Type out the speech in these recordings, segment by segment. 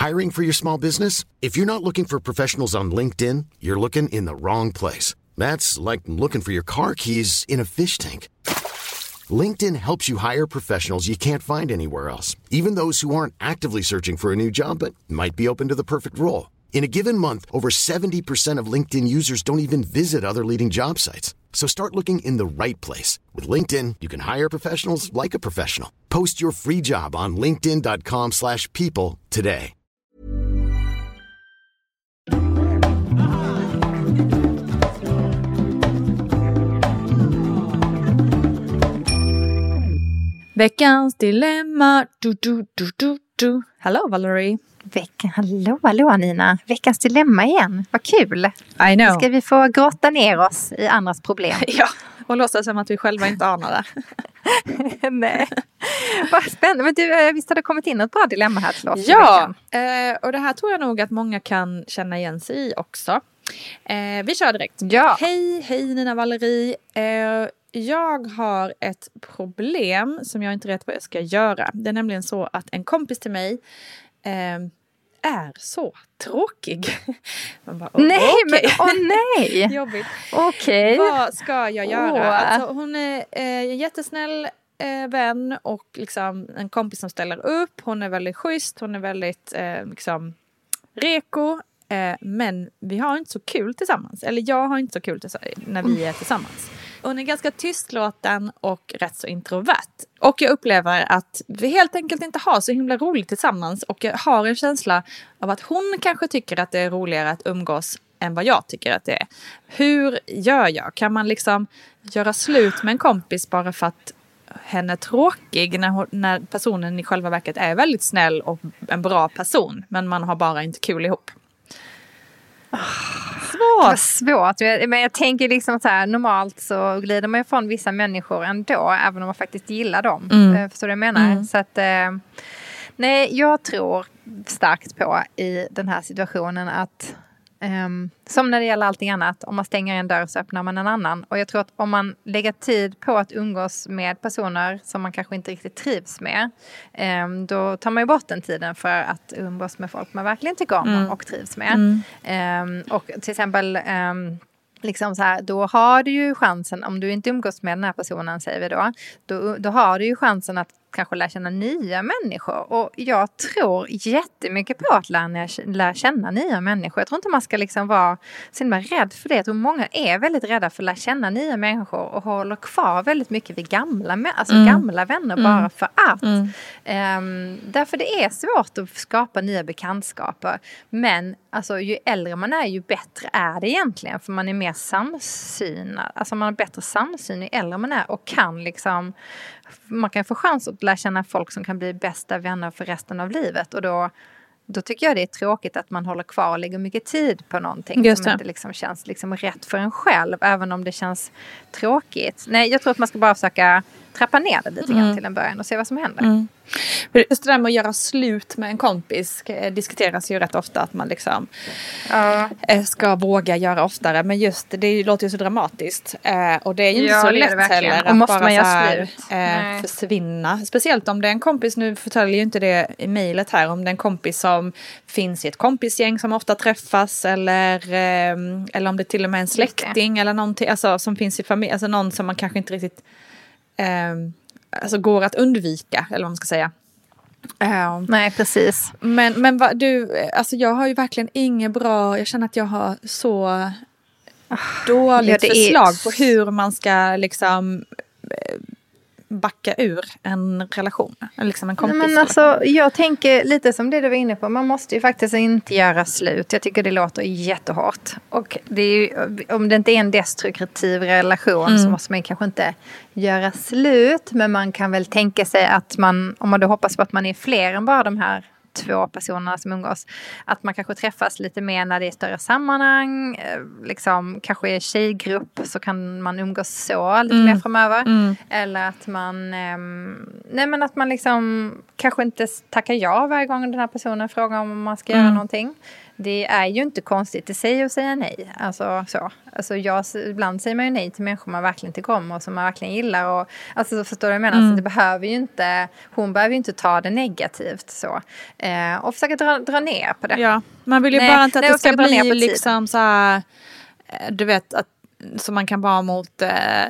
Hiring for your small business? If you're not looking for professionals on LinkedIn, you're looking in the wrong place. That's like looking for your car keys in a fish tank. LinkedIn helps you hire professionals you can't find anywhere else, even those who aren't actively searching for a new job but might be open to the perfect role. In a given month, over 70% of LinkedIn users don't even visit other leading job sites. So start looking in the right place. With LinkedIn, you can hire professionals like a professional. Post your free job on linkedin.com/people today. Veckans dilemma. Du. Hallå Valerie. Hallå Nina. Veckans dilemma igen. Vad kul. I know. Ska vi få grotta ner oss i andras problem? Ja, och låtsas som att vi själva inte anar det. Nej. Vad spännande. Men du, visst har det kommit in ett bra dilemma här till oss? Ja, och det här tror jag nog att många kan känna igen sig i också. Vi kör direkt. Ja. Hej Nina Valerie. Jag har ett problem som jag inte vet vad jag ska göra. Det är nämligen så att en kompis till mig är så tråkig. Man bara, nej, okay. men nej. Jobbigt. Okej. Vad ska jag göra? Alltså, hon är en jättesnäll vän och liksom en kompis som ställer upp. Hon är väldigt schysst. Hon är väldigt liksom reko. Men vi har inte så kul tillsammans. Eller jag har inte så kul när vi är tillsammans. Hon är ganska tystlåten och rätt så introvert. Och jag upplever att vi helt enkelt inte har så himla roligt tillsammans. Och jag har en känsla av att hon kanske tycker att det är roligare att umgås än vad jag tycker att det är. Hur gör jag? Kan man liksom göra slut med en kompis bara för att henne är tråkig när personen i själva verket är väldigt snäll och en bra person. Men man har bara inte kul ihop. Vad svårt. Men jag tänker liksom så här, normalt så glider man ifrån vissa människor ändå, även om man faktiskt gillar dem. Förstår du vad jag menar? Så att, nej, jag tror starkt på i den här situationen att som när det gäller allting annat, om man stänger en dörr så öppnar man en annan. Och jag tror att om man lägger tid på att umgås med personer som man kanske inte riktigt trivs med, då tar man ju bort den tiden för att umgås med folk man verkligen tycker om och trivs med. Och till exempel liksom så här, då har du ju chansen, om du inte umgås med den här personen, säger vi då har du ju chansen att kanske lära känna nya människor. Och jag tror jättemycket på att lära känna nya människor. Jag tror inte man ska liksom vara så himla rädd för det. Jag tror många är väldigt rädda för att lära känna nya människor och håller kvar väldigt mycket vid gamla vänner bara för att. Därför det är svårt att skapa nya bekantskaper. Men alltså, ju äldre man är, ju bättre är det egentligen. För man är mer samsynad. Alltså man har bättre samsyn ju äldre man är och kan liksom, man kan få chans att lära känna folk som kan bli bästa vänner för resten av livet. Och då tycker jag det är tråkigt att man håller kvar och lägger mycket tid på någonting som inte liksom känns liksom rätt för en själv, även om det känns tråkigt. Nej, jag tror att man ska bara försöka trappa ner det lite grann till en början och se vad som händer. Just det där med att göra slut med en kompis diskuteras ju rätt ofta, att man liksom ska våga göra oftare. Men just det låter ju så dramatiskt. Och det är ju inte så lätt heller att måste bara man så här, slut. försvinna. Speciellt om det är en kompis, nu förtäljer ju inte det i mejlet här, om det är en kompis som finns i ett kompisgäng som ofta träffas, eller om det till och med är en släkting eller någonting, alltså, som finns i familj, alltså någon som man kanske inte riktigt alltså går att undvika, eller vad man ska säga. Nej, precis. Men alltså jag har ju verkligen inget bra, jag känner att jag har så dåligt förslag på hur man ska liksom backa ur en relation, liksom en kompis. Men alltså, jag tänker lite som det du var inne på, man måste ju faktiskt inte göra slut. Jag tycker det låter jättehårt. Och det är ju, om det inte är en destruktiv relation så måste man kanske inte göra slut, men man kan väl tänka sig att man, om man då hoppas på att man är fler än bara de här 2 personerna som umgås, att man kanske träffas lite mer när det är större sammanhang, liksom kanske är tjejgrupp, så kan man umgås så lite mer framöver, eller att man att man liksom kanske inte tackar ja varje gång den här personen frågar om man ska göra någonting. det är ju inte konstigt i sig att säga nej. Ibland säger man ju nej till människor man verkligen tycker om och som man verkligen gillar. Och, alltså, förstår du vad jag menar? Så det behöver ju inte, hon behöver ju inte ta det negativt så. Och försöka dra ner på det. Ja, man vill ju bara inte att det ska bli liksom så här, du vet, att, som man kan vara mot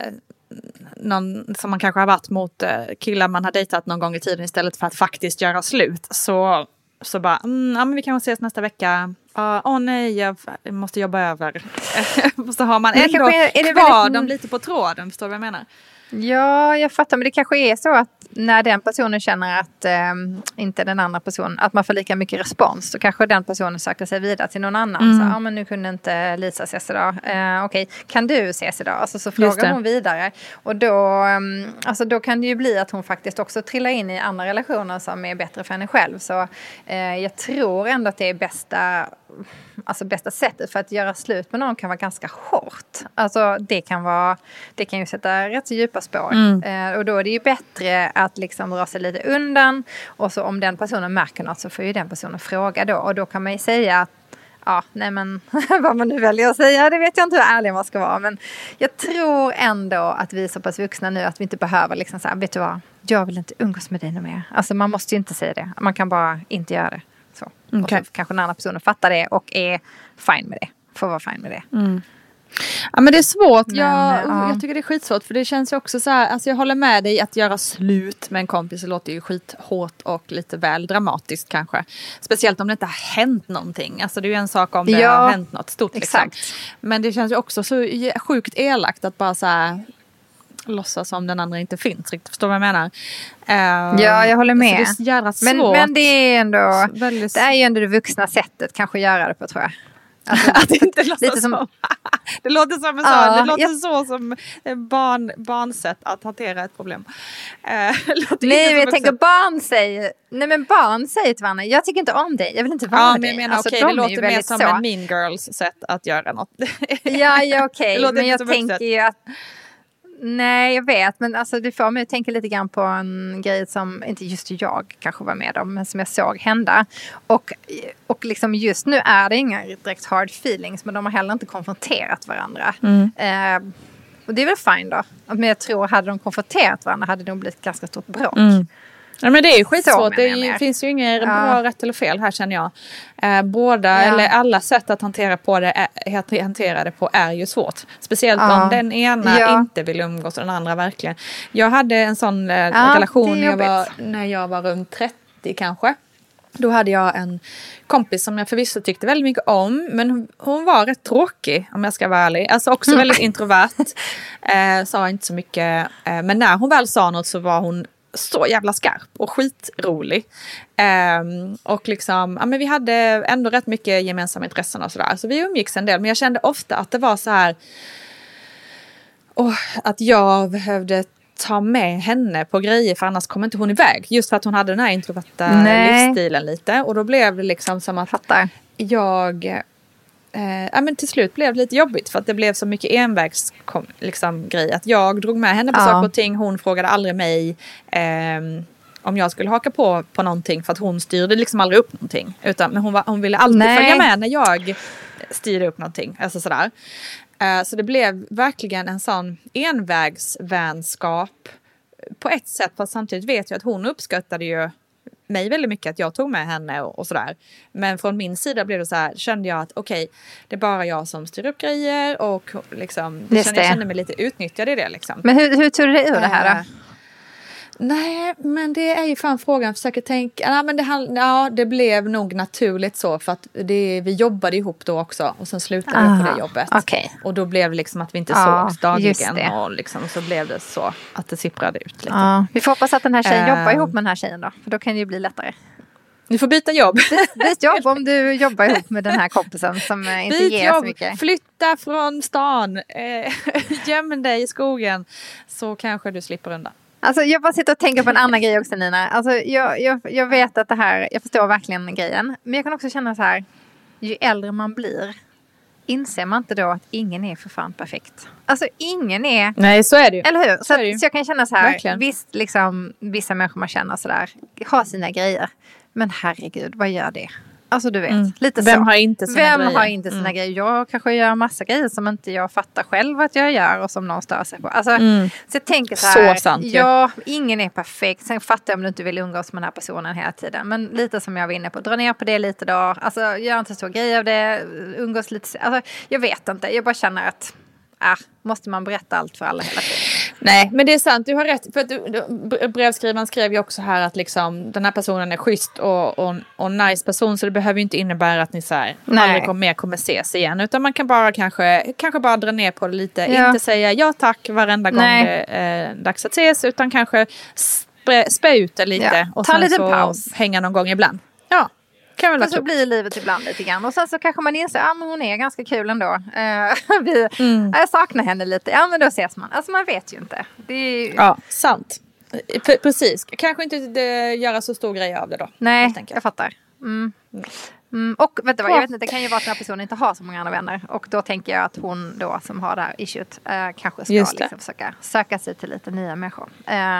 någon som man kanske har varit mot killar man har dejtat någon gång i tiden istället för att faktiskt göra slut. Så bara, men vi kan ses nästa vecka. Nej, jag måste jobba över. Så har man ändå kvar dem lite på tråden, förstår du vad jag menar? Ja, jag fattar, men det kanske är så att när den personen känner att inte den andra personen, att man får lika mycket respons, så kanske den personen söker sig vidare till någon annan. Så, men nu kunde inte Lisa ses idag. Okej, kan du ses idag? Alltså, så frågar hon vidare. Och då kan det ju bli att hon faktiskt också trillar in i andra relationer som är bättre för henne själv. Så jag tror ändå att det är bästa sättet, för att göra slut med någon kan vara ganska hårt. Alltså det kan ju sätta rätt så djupa spår. Och då är det ju bättre att liksom dra sig lite undan, och så om den personen märker något så får ju den personen fråga då, och då kan man ju säga att vad man nu väljer att säga, det vet jag inte hur ärlig man ska vara, men jag tror ändå att vi är så pass vuxna nu att vi inte behöver liksom säga, vet du vad, jag vill inte umgås med dig mer. Alltså man måste ju inte säga det, man kan bara inte göra det. Så. Okay. Och så kanske den andra personen fattar det och är fine med det. Får vara fine med det. Ja, men det är svårt. Jag tycker det är skitsvårt, för det känns ju också så här, alltså jag håller med dig, att göra slut med en kompis, det låter ju skithårt och lite väl dramatiskt kanske. Speciellt om det inte har hänt någonting. Alltså det är ju en sak om det har hänt något stort. Exakt. Liksom. Men det känns ju också så sjukt elakt att bara så här låtsas som den andra inte finns riktigt. Förstår vad jag menar? Ja, jag håller med. Så det är jävla svårt. Men det är ändå det är ju ändå det vuxna sättet kanske att göra det på, tror jag. Alltså, att inte låtsas lite som det låter som det låter så som barnsätt att hantera ett problem. Nej, jag tänker barn säger till varandra, jag tycker inte om dig, jag vill inte vara med dig. Men alltså, det låter mer som en Mean Girls sätt att göra något. Ja, okej. Men jag tänker ju att nej, jag vet, men alltså det får mig att tänka lite grann på en grej som inte just jag kanske var med om, men som jag såg hända. Och liksom just nu är det inga direkt hard feelings, men de har heller inte konfronterat varandra. Och det är väl fine då. Men jag tror, hade de konfronterat varandra hade det nog blivit ganska stort bråk. Ja, men det är ju skitsvårt. Det finns ju inget bra rätt eller fel här, känner jag. Eller alla sätt att hantera det på är ju svårt. Speciellt om den ena inte vill umgås och den andra verkligen. Jag hade en sån relation när jag var runt 30 kanske. Då hade jag en kompis som jag förvisso tyckte väldigt mycket om, men hon var rätt tråkig, om jag ska vara ärlig. Alltså också väldigt introvert. Sa inte så mycket. Men när hon väl sa något så var hon så jävla skarp och skitrolig. Och liksom, men vi hade ändå rätt mycket gemensamma intressen och sådär. Så vi umgicks en del, men jag kände ofta att det var så här att jag behövde ta med henne på grejer, för annars kom inte hon iväg. Just för att hon hade den här introverta livsstilen lite. Och då blev det liksom som att men till slut blev det lite jobbigt, för att det blev så mycket envägs grej, att jag drog med henne på saker och ting. Hon frågade aldrig mig om jag skulle haka på någonting, för att hon styrde liksom aldrig upp någonting, men hon ville alltid följa med när jag styrde upp någonting, alltså sådär. Så det blev verkligen en sån envägsvänskap på ett sätt, fast samtidigt vet jag att hon uppskattade ju mig väldigt mycket, att jag tog med henne och sådär. Men från min sida blev det så här, kände jag att okej, det är bara jag som styr upp grejer, och liksom, jag kände mig lite utnyttjad i det liksom. Men hur tog du dig ur det här då? Nej, men det är ju fan frågan. Försöker tänka. Det blev nog naturligt så, för att vi jobbade ihop då också, och sen slutade vi på det jobbet. Okay. Och då blev det liksom att vi inte sågs dagligen, och liksom, så blev det så att det sipprade ut lite. Vi får hoppas att den här tjejen jobbar ihop med den här tjejen då, för då kan det ju bli lättare. Du får byta jobb. Byt jobb om du jobbar ihop med den här kompisen som inte ger så mycket. Flytta från stan. Göm dig i skogen, så kanske du slipper undan. Alltså jag bara sitter och tänker på en annan grej också, Nina. Alltså jag vet att det här, jag förstår verkligen grejen. Men jag kan också känna så här, ju äldre man blir, inser man inte då att ingen är för fan perfekt. Alltså ingen är... Nej, så är det ju. Eller hur? Så jag kan känna så här, verkligen. Visst liksom, vissa människor man känner så där har sina grejer. Men herregud, vad gör det? Alltså du vet, lite Vem så. har inte sina grejer? Vem har inte sina grejer? Jag kanske gör massa grejer som inte jag fattar själv att jag gör och som någon stör sig på. Alltså, så jag tänker så här, Så sant, ja, ingen är perfekt. Sen fattar jag om du inte vill umgås med den här personen hela tiden. Men lite som jag var inne på, dra ner på det lite då. Alltså, gör inte så grej av det, umgås lite. Alltså, jag vet inte, jag bara känner att måste man berätta allt för alla hela tiden? Nej, men det är sant. Du har rätt. För att brevskrivaren skrev ju också här att liksom, den här personen är schysst och nice person. Så det behöver ju inte innära att ni så här, aldrig kommer ses igen. Utan man kan bara kanske bara dra ner på det lite. Ja. Inte säga ja tack varenda gång det är dags att ses. Utan kanske spä ut det lite. Ja. Och ta sen en liten så paus. Hänga någon gång ibland. Ja. Och så blir livet ibland lite grann. Och sen så kanske man inser men hon är ganska kul ändå. Jag saknar henne lite. Ja, men då ses man. Alltså man vet ju inte. Det är... Ja, sant. Precis. Kanske inte göra så stor grej av det då. Nej, jag fattar. Och vet du vad, jag vet inte, det kan ju vara att den här personen inte har så många andra vänner. Och då tänker jag att hon då som har det här issuet kanske ska liksom försöka söka sig till lite nya människor.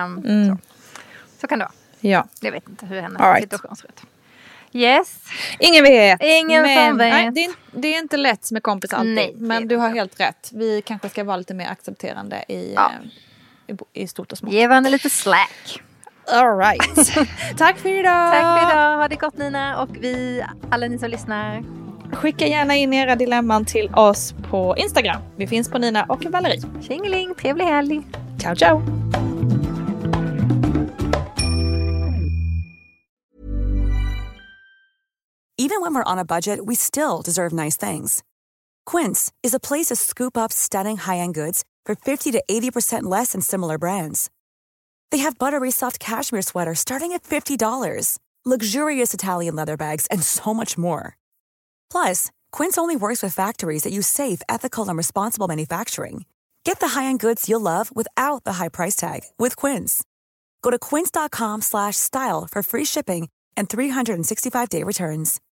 Så kan det vara. Ja. Jag vet inte hur hennes situation ser ut. Yes. Ingen vet. Som vet. Nej, det är inte lätt med kompis alltid. Nej, men du har helt rätt. Vi kanske ska vara lite mer accepterande i stort och smått. Ge varandra lite slack. All right. Tack för idag. Tack för idag. Ha det gott Nina och alla ni som lyssnar. Skicka gärna in era dilemman till oss på Instagram. Vi finns på Nina och Valerie. Tjingeling, trevlig helg. Ciao, ciao. Even when we're on a budget, we still deserve nice things. Quince is a place to scoop up stunning high-end goods for 50 to 80% less than similar brands. They have buttery soft cashmere sweaters starting at $50, luxurious Italian leather bags, and so much more. Plus, Quince only works with factories that use safe, ethical, and responsible manufacturing. Get the high-end goods you'll love without the high price tag with Quince. Go to quince.com/style for free shipping and 365-day returns.